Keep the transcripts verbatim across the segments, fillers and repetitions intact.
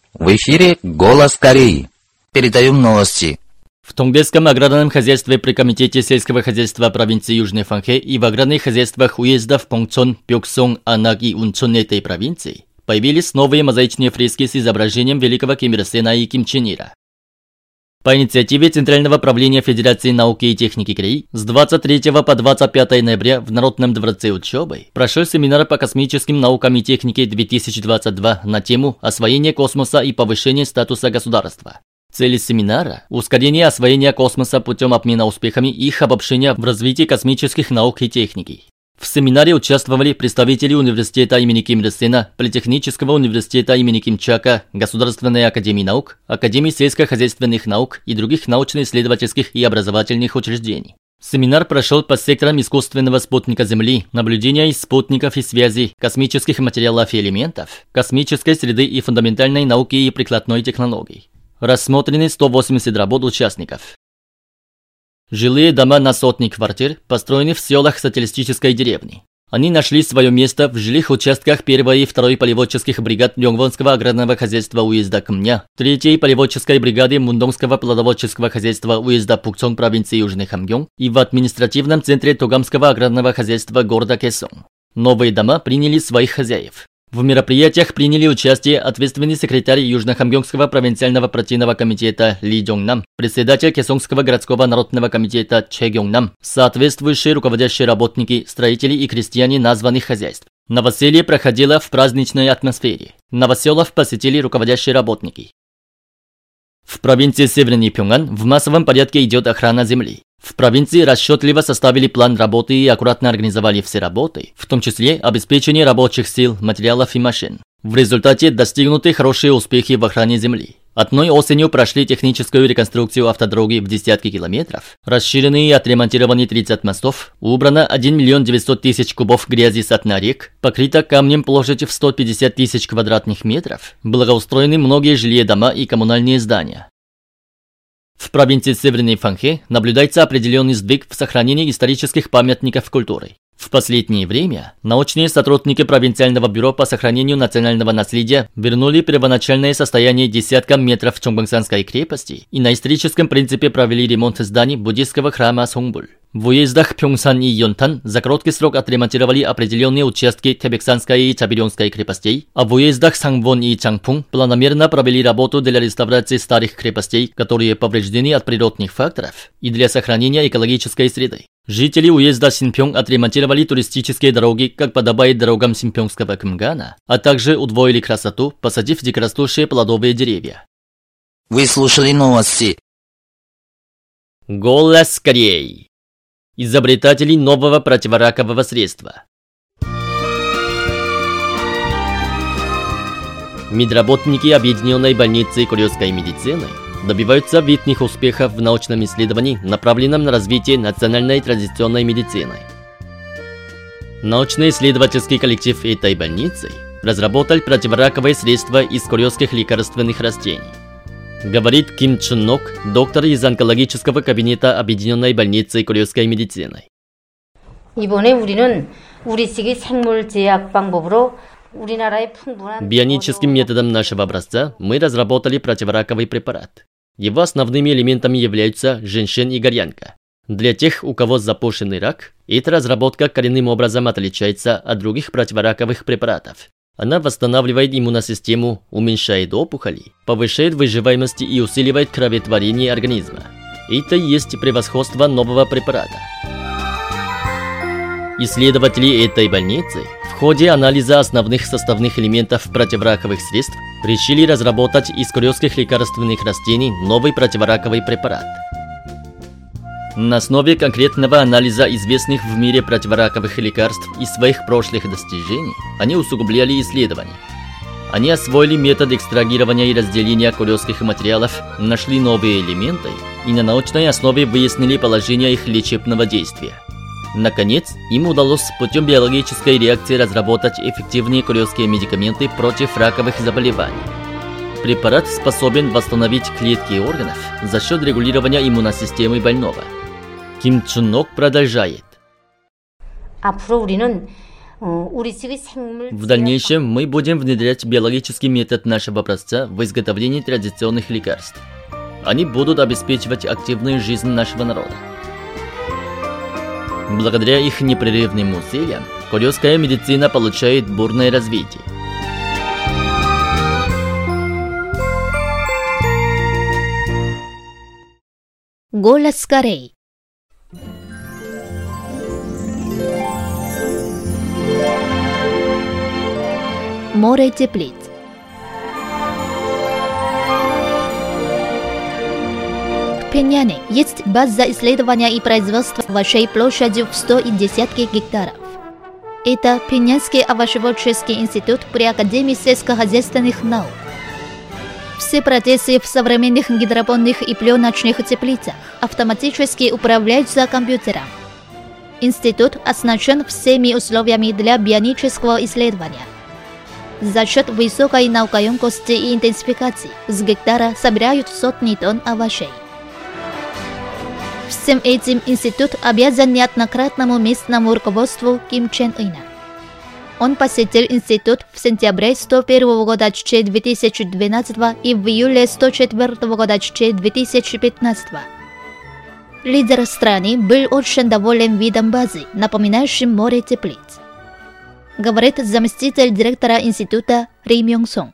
В эфире «Голос Кореи». Передаем новости. В Тонгбекском аграрном хозяйстве при Комитете сельского хозяйства провинции Южной Фанхэ и в аграрных хозяйствах уездов Пongchon, Pyeokseong, Анак и Унчон этой провинции появились новые мозаичные фрески с изображением великого Ким Ир Сена и Ким Чен Ира. По инициативе Центрального правления Федерации науки и техники Кореи с двадцать третьего по двадцать пятое ноября в Народном дворце учебы прошел семинар по космическим наукам и технике две тысячи двадцать два на тему «Освоение космоса и повышение статуса государства». Цель семинара – ускорение освоения космоса путем обмена успехами и их обобщения в развитии космических наук и техники. В семинаре участвовали представители университета имени Ким Ир Сена, Политехнического университета имени Ким Чака, Государственной академии наук, Академии сельскохозяйственных наук и других научно-исследовательских и образовательных учреждений. Семинар прошел по секторам искусственного спутника Земли, наблюдения из спутников и связи, космических материалов и элементов, космической среды и фундаментальной науки и прикладной технологии. Рассмотрены сто восемьдесят работ участников. Жилые дома на сотни квартир построены в селах социалистической деревни. Они нашли свое место в жилых участках первой и второй полеводческих бригад Мёнгвонского аграрного хозяйства уезда Кмня, третьей полеводческой бригады Мундонского плодоводческого хозяйства уезда Пукчон провинции Южный Хамгён и в административном центре Тогамского аграрного хозяйства города Кэсон. Новые дома приняли своих хозяев. В мероприятиях приняли участие ответственный секретарь Южно-Хамгёнского провинциального партийного комитета Ли Джонgnam, председатель Кэсонгского городского народного комитета Чэ Гёнгнам, соответствующие руководящие работники, строители и крестьяне названных хозяйств. Новоселье проходило в праздничной атмосфере. Новоселов посетили руководящие работники. В провинции Северный Пхёнган в массовом порядке идет охрана земли. В провинции расчетливо составили план работы и аккуратно организовали все работы, в том числе обеспечение рабочих сил, материалов и машин. В результате достигнуты хорошие успехи в охране земли. Одной осенью прошли техническую реконструкцию автодороги в десятки километров, расширены и отремонтированы тридцать мостов, убрано один миллион девятьсот тысяч кубов грязи с дна рек, покрыта камнем площадь в сто пятьдесят тысяч квадратных метров, благоустроены многие жилые дома и коммунальные здания. В провинции Северной Фанхэ наблюдается определенный сдвиг в сохранении исторических памятников культуры. В последнее время научные сотрудники провинциального бюро по сохранению национального наследия вернули первоначальное состояние десяткам метров Чонgbангсанской крепости и на историческом принципе провели ремонт зданий буддийского храма Сонгбул. В уездах Пхёнгсан и Йонтан за короткий срок отремонтировали определенные участки Тэбэксанской и Чабирёнской крепостей, а в уездах Сангвон и Чангпунг планомерно провели работу для реставрации старых крепостей, которые повреждены от природных факторов, и для сохранения экологической среды. Жители уезда Синпёнг отремонтировали туристические дороги, как подобает дорогам Синпёнгского Кымгана, а также удвоили красоту, посадив дикорастущие плодовые деревья. Вы слушали новости. Голос Кореи. Изобретатели нового противоракового средства. Медработники Объединенной больницы корейской медицины добиваются видных успехов в научном исследовании, направленном на развитие национальной традиционной медицины. Научно-исследовательский коллектив этой больницы разработал противораковые средства из корейских лекарственных растений. Говорит Ким Чун Нок, доктор из онкологического кабинета Объединенной больницы корейской медицины. 이번에 우리는 우리식의 생물 제약 방법으로 Бионическим методом нашего образца мы разработали противораковый препарат. Его основными элементами являются женьшень и горянка. Для тех, у кого запущенный рак, эта разработка коренным образом отличается от других противораковых препаратов. Она восстанавливает иммуносистему, уменьшает опухоли, повышает выживаемость и усиливает кроветворение организма. Это и есть превосходство нового препарата. Исследователи этой больницы в ходе анализа основных составных элементов противораковых средств решили разработать из корейских лекарственных растений новый противораковый препарат. На основе конкретного анализа известных в мире противораковых лекарств и своих прошлых достижений они усугубляли исследования. Они освоили метод экстрагирования и разделения корейских материалов, нашли новые элементы и на научной основе выяснили положение их лечебного действия. Наконец, им удалось путем биологической реакции разработать эффективные корейские медикаменты против раковых заболеваний. Препарат способен восстановить клетки органов за счет регулирования иммуносистемы больного. Ким Чун Нок продолжает. 앞으로 우리는 В дальнейшем мы будем внедрять биологический метод нашего образца в изготовлении традиционных лекарств. Они будут обеспечивать активную жизнь нашего народа. Благодаря их непрерывным усилиям, корейская медицина получает бурное развитие. Голос Кореи. Море теплиц. В Пхеньяне есть база исследования и производства овощей площадью в сто и десятки гектаров. Это Пхеньянский овощеводческий институт при Академии сельскохозяйственных наук. Все процессы в современных гидропонных и пленочных теплицах автоматически управляются компьютером. Институт оснащен всеми условиями для бионического исследования. За счет высокой наукоемкости и интенсификации с гектара собирают сотни тонн овощей. Всем этим институт обязан неоднократному местному руководству Ким Чен Ына. Он посетил институт в сентябре сто первого года две тысячи двенадцатого и в июле сто четвёртого года две тысячи пятнадцатого. Лидер страны был очень доволен видом базы, напоминающим море теплиц. Говорит заместитель директора института Ри Мёнг Сон.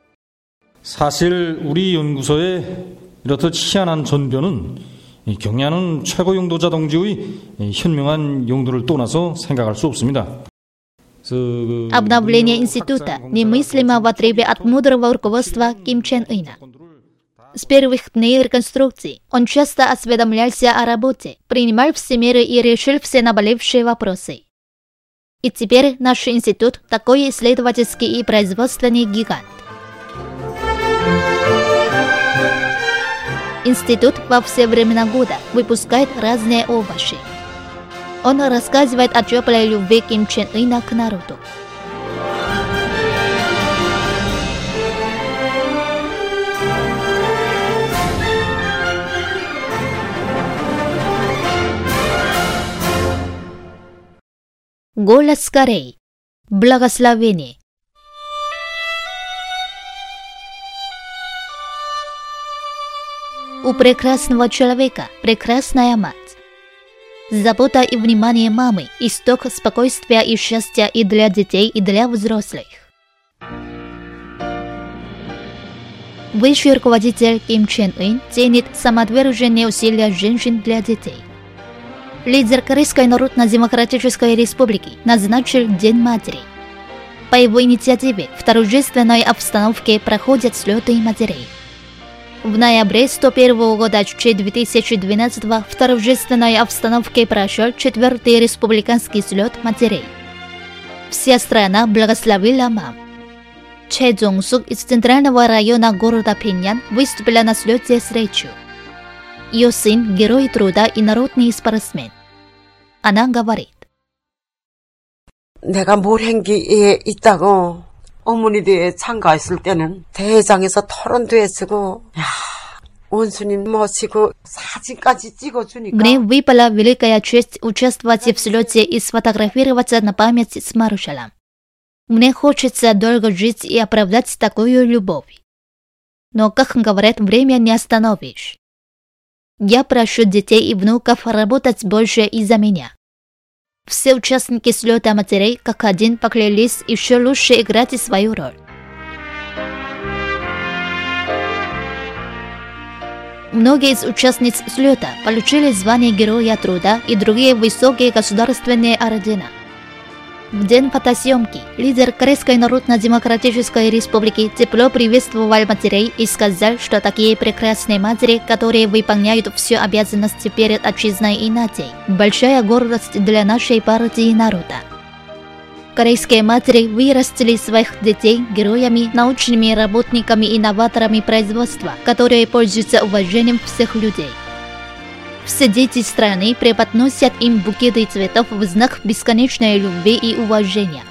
사실 우리 연구소에 이렇듯 희한한 전변은 경야는 최고 용도 자동지의 현명한 용도를 떠나서 생각할 수 없습니다. Обновление института немыслимо в отрыве от мудрого руководства Ким Чен Ына. С первых дней реконструкции он часто осведомлялся о работе, принимал все меры и решил все наболевшие вопросы. И теперь наш институт такой исследовательский и производственный гигант. Институт во все времена года выпускает разные овощи. Он рассказывает о теплой любви Ким Чен Ына к народу. Голос Кореи. Благословение. У прекрасного человека прекрасная мать. Забота и внимание мамы – исток спокойствия и счастья и для детей, и для взрослых. Высший руководитель Ким Чен Ын ценит самоотверженные усилия женщин для детей. Лидер Корейской Народно-Демократической Республики назначил День матери. По его инициативе в торжественной обстановке проходят слеты матерей. В ноябре сто первого года две тысячи двенадцатого в торжественной обстановке прошел четвертый республиканский слет матерей. Вся страна благословила мам. Чэ Джонг-сук из центрального района города Пхеньян выступила на слете с речью. Ее сын – герой труда и народный спортсмен. Она говорит. 내가 몰행기에 있다고 어머니대회에 참가했을 때는 대회장에서 토론대회 쓰고 야, 원수님 모시고 사진까지 찍어주니까 Мне выпала великая честь участвовать в слете и сфотографироваться на память с маршалом. Мне хочется долго жить и оправдать такую любовь. Но, как говорят, время не остановишь. Я прошу детей и внуков работать больше из-за меня. Все участники слета матерей как один поклялись еще лучше играть свою роль. Многие из участниц слета получили звание Героя Труда и другие высокие государственные ордена. В день фотосъемки лидер Корейской Народно-Демократической Республики тепло приветствовал матерей и сказал, что такие прекрасные матери, которые выполняют все обязанности перед отчизной и нацией, большая гордость для нашей партии и народа. Корейские матери вырастили своих детей героями, научными работниками и инноваторами производства, которые пользуются уважением всех людей. Все дети страны преподносят им букеты цветов в знак бесконечной любви и уважения.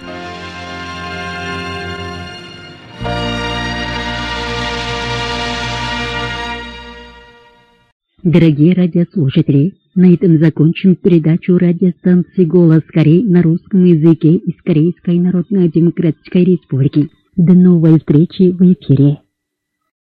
Дорогие радиослушатели, на этом закончим передачу радиостанции «Голос Кореи» на русском языке из Корейской Народно-Демократической Республики. До новой встречи в эфире.